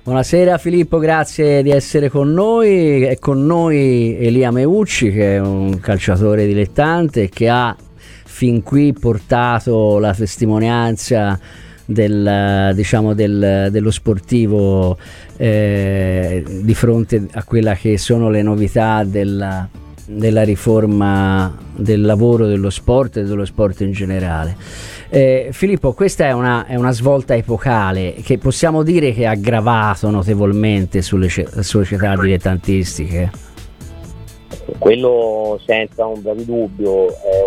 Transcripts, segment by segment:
Buonasera Filippo, grazie di essere con noi. È con noi Elia Meucci, che è un calciatore dilettante che ha fin qui portato la testimonianza dello sportivo di fronte a quella che sono le novità della riforma del lavoro, dello sport e dello sport in generale. Filippo, questa è una svolta epocale che possiamo dire che ha gravato notevolmente sulle società dilettantistiche. Quello senza ombra di dubbio,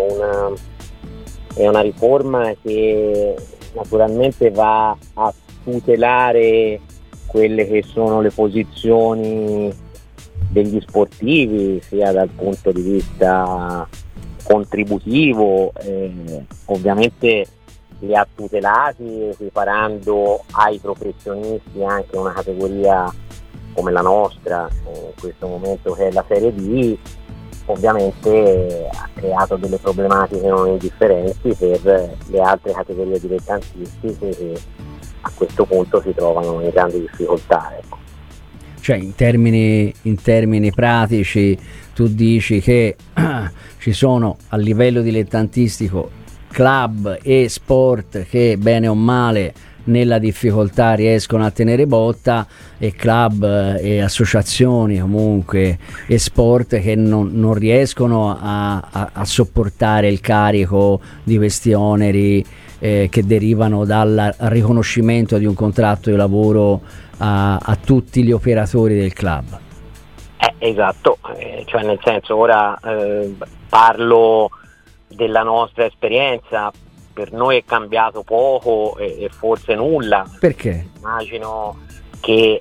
è una riforma che naturalmente va a tutelare quelle che sono le posizioni degli sportivi, sia dal punto di vista contributivo, ovviamente li ha tutelati equiparando ai professionisti anche una categoria come la nostra in questo momento, che è la Serie D. Ovviamente ha creato delle problematiche non indifferenti per le altre categorie dilettantistiche che a questo punto si trovano in grandi difficoltà, ecco. Cioè in termini pratici tu dici che ci sono a livello dilettantistico club e sport che bene o male nella difficoltà riescono a tenere botta, e club e associazioni comunque e sport che non riescono a sopportare il carico di questi oneri che derivano dal riconoscimento di un contratto di lavoro a tutti gli operatori del club. Esatto, cioè nel senso, ora parlo della nostra esperienza. Per noi è cambiato poco e forse nulla. Perché? Immagino che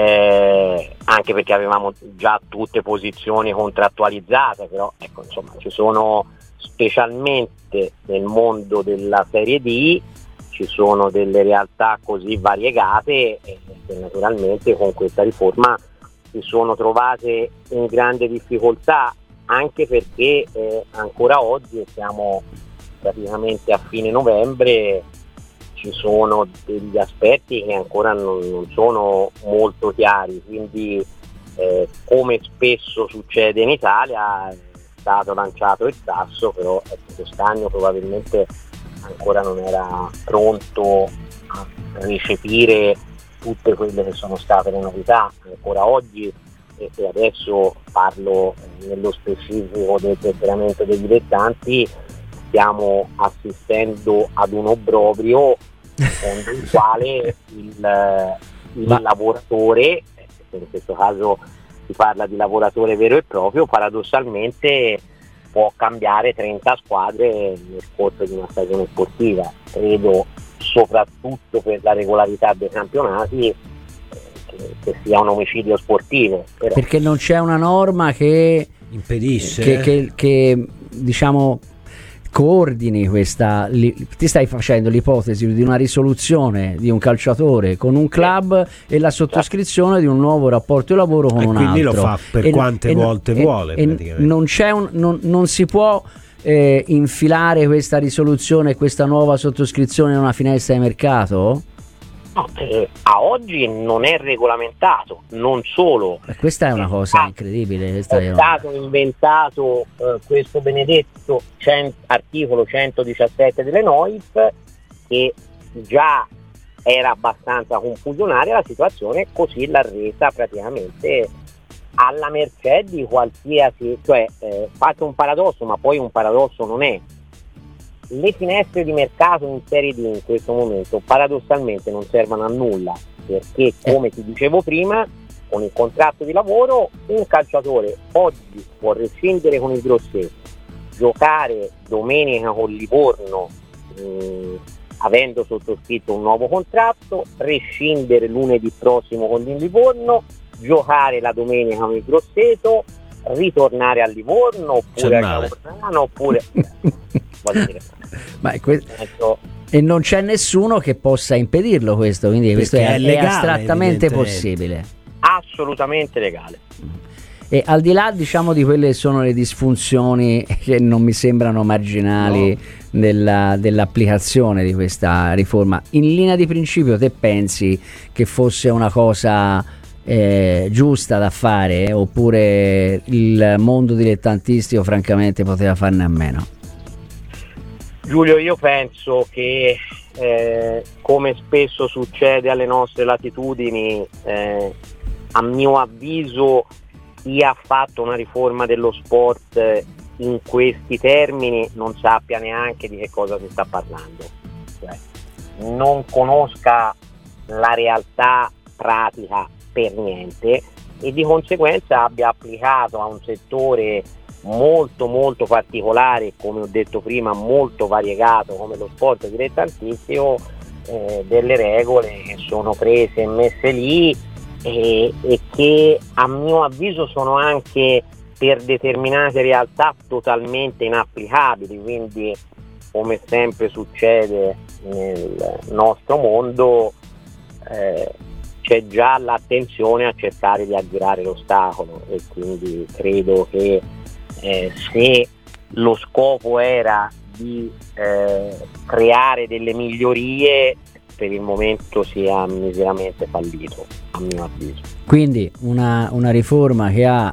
anche perché avevamo già tutte posizioni contrattualizzate, però ecco, insomma, ci sono, specialmente nel mondo della Serie D, ci sono delle realtà così variegate che naturalmente con questa riforma si sono trovate in grande difficoltà, anche perché ancora oggi siamo praticamente a fine novembre, ci sono degli aspetti che ancora non sono molto chiari, quindi come spesso succede in Italia è stato lanciato il sasso, però lo stagno probabilmente ancora non era pronto a recepire tutte quelle che sono state le novità. Ancora oggi, e adesso parlo nello specifico del tesseramento dei dilettanti, stiamo assistendo ad un obbrobrio secondo il quale il lavoratore, in questo caso si parla di lavoratore vero e proprio, paradossalmente può cambiare 30 squadre nel corso di una stagione sportiva. Credo soprattutto per la regolarità dei campionati che sia un omicidio sportivo. Però. Perché non c'è una norma che impedisce, che diciamo coordini questa. Ti stai facendo l'ipotesi di una risoluzione di un calciatore con un club e la sottoscrizione di un nuovo rapporto di lavoro con un altro. Quindi lo fa per quante volte vuole praticamente. Non si può infilare questa risoluzione e questa nuova sottoscrizione in una finestra di mercato? No, a oggi non è regolamentato, non solo. Questa è una cosa incredibile. È stato inventato questo benedetto articolo 117 delle NOIF, che già era abbastanza confusionaria la situazione, così l'ha resa praticamente alla mercé di qualsiasi, cioè faccio un paradosso, ma poi un paradosso non è. Le finestre di mercato in Serie D in questo momento paradossalmente non servono a nulla, perché come ti dicevo prima, con il contratto di lavoro un calciatore oggi può rescindere con il Grosseto, giocare domenica con Livorno avendo sottoscritto un nuovo contratto, rescindere lunedì prossimo con il Livorno, giocare la domenica con il Grosseto, ritornare a Livorno oppure a Cavorano oppure e non c'è nessuno che possa impedirlo questo, quindi questo è legale, astrattamente possibile, assolutamente legale. E al di là, diciamo, di quelle che sono le disfunzioni che non mi sembrano marginali dell'applicazione di questa riforma, in linea di principio te pensi che fosse una cosa giusta da fare, oppure il mondo dilettantistico francamente poteva farne a meno? Giulio, io penso che come spesso succede alle nostre latitudini, a mio avviso chi ha fatto una riforma dello sport in questi termini non sappia neanche di che cosa si sta parlando, cioè, non conosca la realtà pratica per niente e di conseguenza abbia applicato a un settore molto molto particolare, come ho detto prima, molto variegato come lo sport dilettantistico, delle regole che sono prese e messe lì e che a mio avviso sono anche per determinate realtà totalmente inapplicabili, quindi come sempre succede nel nostro mondo c'è già l'attenzione a cercare di aggirare l'ostacolo e quindi credo che se lo scopo era di creare delle migliorie, per il momento sia miseramente fallito, a mio avviso. Quindi una riforma che ha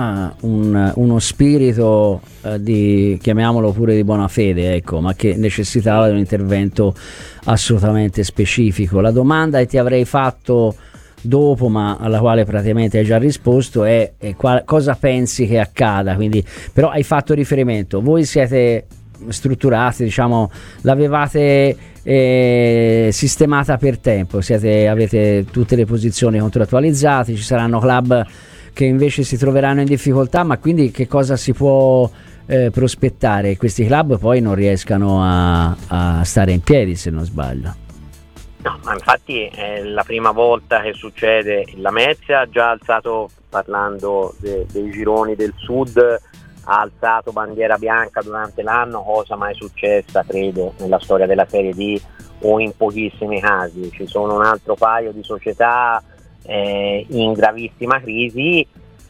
uno spirito di, chiamiamolo pure di buona fede, ecco, ma che necessitava di un intervento assolutamente specifico. La domanda che ti avrei fatto dopo, ma alla quale praticamente hai già risposto, è cosa pensi che accada? Quindi, però hai fatto riferimento, voi siete strutturati, diciamo, l'avevate sistemata per tempo, avete tutte le posizioni contrattualizzate, ci saranno club che invece si troveranno in difficoltà, ma quindi che cosa si può prospettare? Questi club poi non riescano a stare in piedi, se non sbaglio. No, ma infatti è la prima volta che succede. La Mezia ha già alzato, parlando dei gironi del sud, ha alzato bandiera bianca durante l'anno, cosa mai successa credo nella storia della Serie D o in pochissimi casi. Ci sono un altro paio di società in gravissima crisi,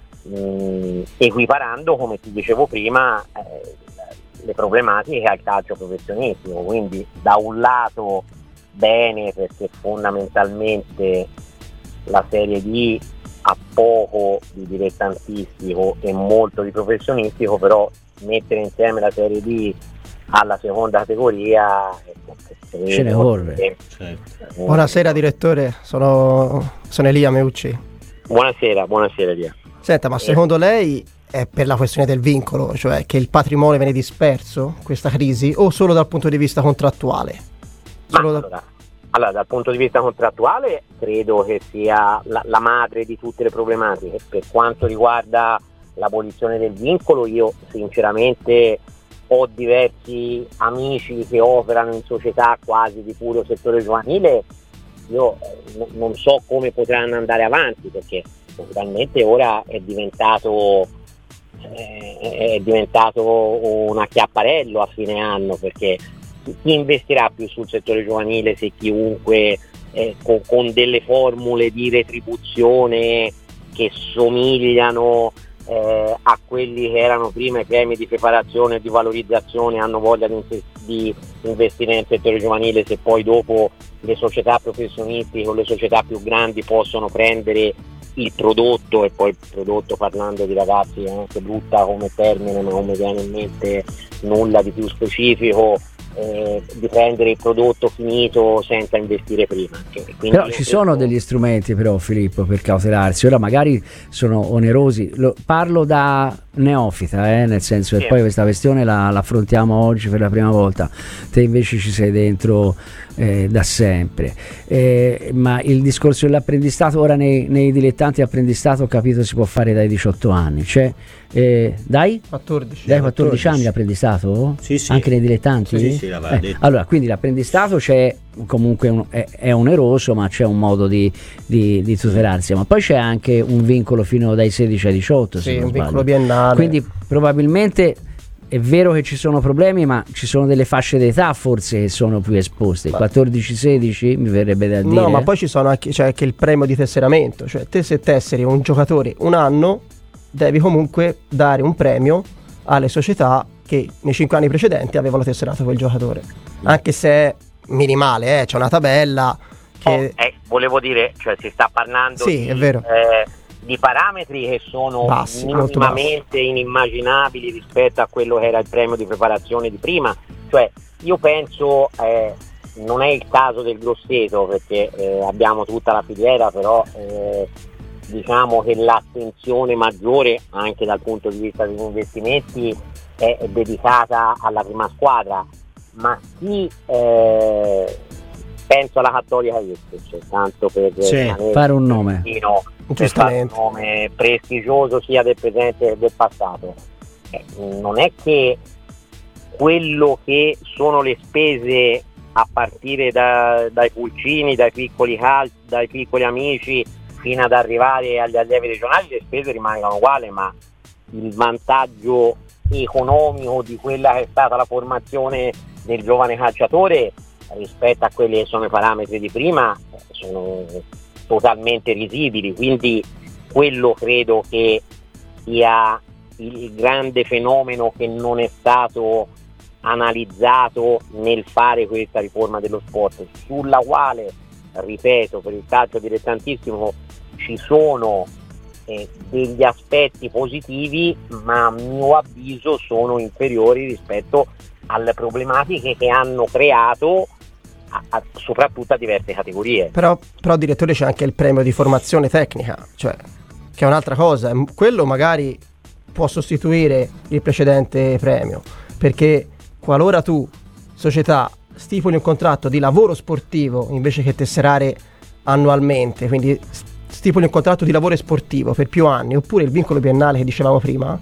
equiparando, come ti dicevo prima, le problematiche al calcio professionistico. Quindi da un lato bene, perché fondamentalmente la Serie D ha poco di dilettantistico e molto di professionistico, però mettere insieme la Serie D alla seconda categoria ce ne vorrei. Buonasera direttore, sono Elia Meucci. Buonasera Elia. Senta, ma secondo lei è per la questione del vincolo, cioè che il patrimonio viene disperso, questa crisi, o solo dal punto di vista contrattuale? Allora, dal punto di vista contrattuale credo che sia la madre di tutte le problematiche. Per quanto riguarda l'abolizione del vincolo, io sinceramente ho diversi amici che operano in società quasi di puro settore giovanile. Io non so come potranno andare avanti, perché naturalmente ora è diventato un acchiapparello a fine anno, perché chi investirà più sul settore giovanile se chiunque con delle formule di retribuzione che somigliano a quelli che erano prima i premi di preparazione e di valorizzazione hanno voglia di investire nel settore giovanile, se poi dopo le società professionistiche o le società più grandi possono prendere il prodotto, e poi il prodotto, parlando di ragazzi, è anche brutta come termine, ma non mi viene in mente nulla di più specifico, di prendere il prodotto finito senza investire prima. Però ci sono degli strumenti, però, Filippo, per cautelarsi. Ora magari sono onerosi, parlo da neofita, nel senso che poi questa questione la affrontiamo oggi per la prima volta, te invece ci sei dentro da sempre, ma il discorso dell'apprendistato ora nei dilettanti apprendistato, ho capito, si può fare dai 18 anni, cioè dai 14 anni l'apprendistato? Sì. Anche nei dilettanti? Sì, allora, quindi l'apprendistato c'è comunque, è oneroso, ma c'è un modo di tutelarsi, ma poi c'è anche un vincolo fino dai 16 ai 18, sì, un vincolo biennale, quindi probabilmente è vero che ci sono problemi, ma ci sono delle fasce d'età forse che sono più esposte. 14-16 mi verrebbe da dire. No, ma poi ci sono anche il premio di tesseramento, cioè te se tesseri un giocatore un anno devi comunque dare un premio alle società che nei 5 anni precedenti avevano tesserato quel giocatore, anche se è minimale, c'è una tabella che... volevo dire, cioè si sta parlando sì, è vero. Di parametri che sono bassi, minimamente inimmaginabili rispetto a quello che era il premio di preparazione di prima. Cioè io penso, non è il caso del Grosseto perché abbiamo tutta la filiera, però diciamo che l'attenzione maggiore anche dal punto di vista degli investimenti è dedicata alla prima squadra, ma chi penso alla Cattolica Juventus, tanto per fare un nome, prestigioso sia del presente che del passato. Non è che quello che sono le spese a partire dai pulcini, dai piccoli dai piccoli amici fino ad arrivare agli allievi regionali, le spese rimangono uguali, ma il vantaggio economico di quella che è stata la formazione del giovane calciatore rispetto a quelli che sono i parametri di prima sono totalmente risibili. Quindi quello credo che sia il grande fenomeno che non è stato analizzato nel fare questa riforma dello sport, sulla quale, ripeto, per il calcio dilettantissimo ci sono degli aspetti positivi, ma a mio avviso sono inferiori rispetto alle problematiche che hanno creato soprattutto a diverse categorie. Però direttore, c'è anche il premio di formazione tecnica, cioè che è un'altra cosa. Quello magari può sostituire il precedente premio, perché qualora tu, società, stipuli un contratto di lavoro sportivo invece che tesserare annualmente, quindi stipuli un contratto di lavoro sportivo per più anni, oppure il vincolo biennale che dicevamo prima,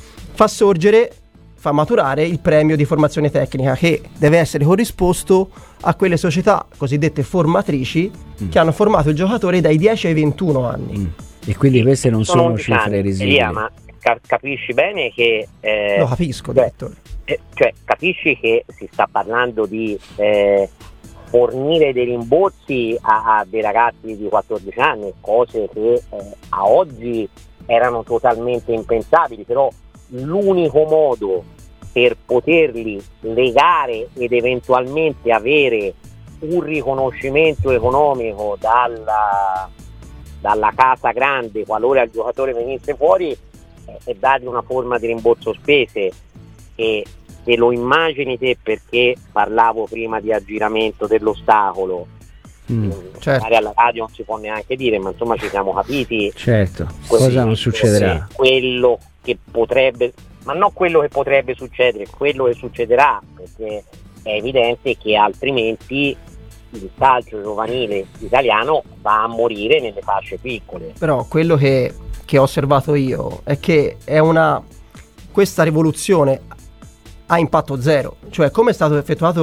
fa maturare il premio di formazione tecnica, che deve essere corrisposto a quelle società cosiddette formatrici che hanno formato il giocatore dai 10 ai 21 anni. E quindi queste non sono cifre risibili. Ma capisci bene che... Lo capisco, direttore. Cioè, capisci che si sta parlando di fornire dei rimborsi a dei ragazzi di 14 anni, cose che a oggi erano totalmente impensabili, però l'unico modo per poterli legare ed eventualmente avere un riconoscimento economico dalla casa grande qualora il giocatore venisse fuori è dargli una forma di rimborso spese. E te lo immagini te, perché parlavo prima di aggiramento dell'ostacolo, certo. Magari alla radio non si può neanche dire, ma insomma ci siamo capiti. Certo, cosa non succederà? Quello che potrebbe, ma non quello che potrebbe succedere, quello che succederà, perché è evidente che altrimenti il calcio giovanile italiano va a morire nelle fasce piccole. Però quello che ho osservato io è che questa rivoluzione ha impatto zero, cioè come è stato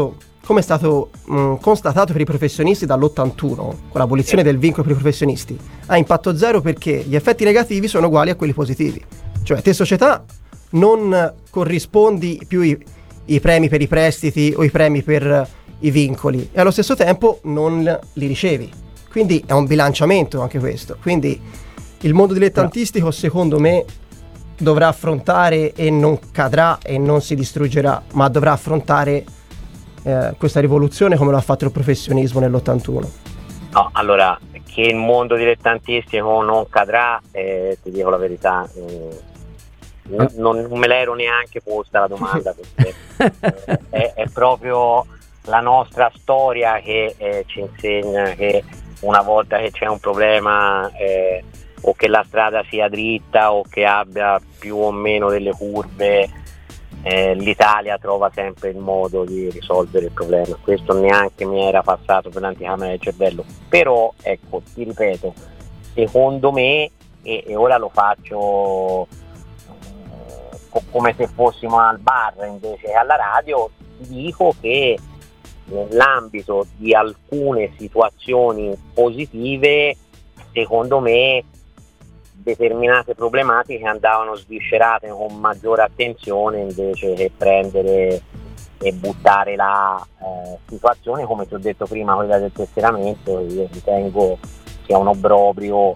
constatato per i professionisti dall'81 con l'abolizione del vincolo per i professionisti, ha impatto zero perché gli effetti negativi sono uguali a quelli positivi. Cioè te società non corrispondi più i premi per i prestiti o i premi per i vincoli e allo stesso tempo non li ricevi, quindi è un bilanciamento anche questo. Quindi il mondo dilettantistico secondo me dovrà affrontare, e non cadrà e non si distruggerà, ma dovrà affrontare questa rivoluzione come lo ha fatto il professionismo nell'81. No, allora, che il mondo dilettantistico non cadrà, ti dico la verità, non me l'ero neanche posta la domanda, perché è proprio la nostra storia che ci insegna che una volta che c'è un problema, o che la strada sia dritta o che abbia più o meno delle curve, l'Italia trova sempre il modo di risolvere il problema. Questo neanche mi era passato per l'anticamera del cervello, però ecco, ti ripeto, secondo me, e ora lo faccio come se fossimo al bar invece che alla radio, ti dico che nell'ambito di alcune situazioni positive, secondo me determinate problematiche andavano sviscerate con maggiore attenzione invece che prendere e buttare la situazione, come ti ho detto prima, quella del tesseramento. Io ritengo sia un obbrobrio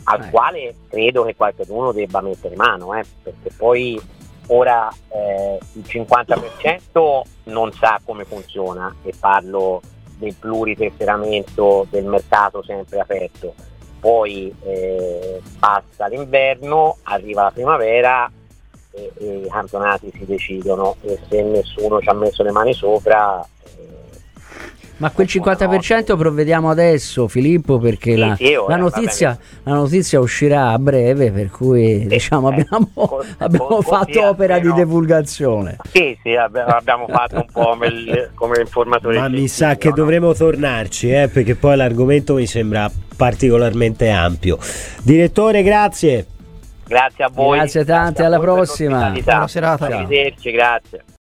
al quale credo che qualcuno debba mettere mano, perché poi ora il 50% non sa come funziona, e parlo del pluritesseramento del mercato sempre aperto. Poi passa l'inverno, arriva la primavera e i campionati si decidono, e se nessuno ci ha messo le mani sopra. Ma quel 50% provvediamo adesso, Filippo, perché la notizia uscirà a breve, per cui diciamo abbiamo fatto opera di divulgazione. Sì, abbiamo fatto un po' come informatore. Ma mi sa che dovremo tornarci, perché poi l'argomento mi sembra particolarmente ampio. Direttore, grazie. Grazie a voi. Grazie tante, alla prossima. Buona serata. Arrivederci, grazie.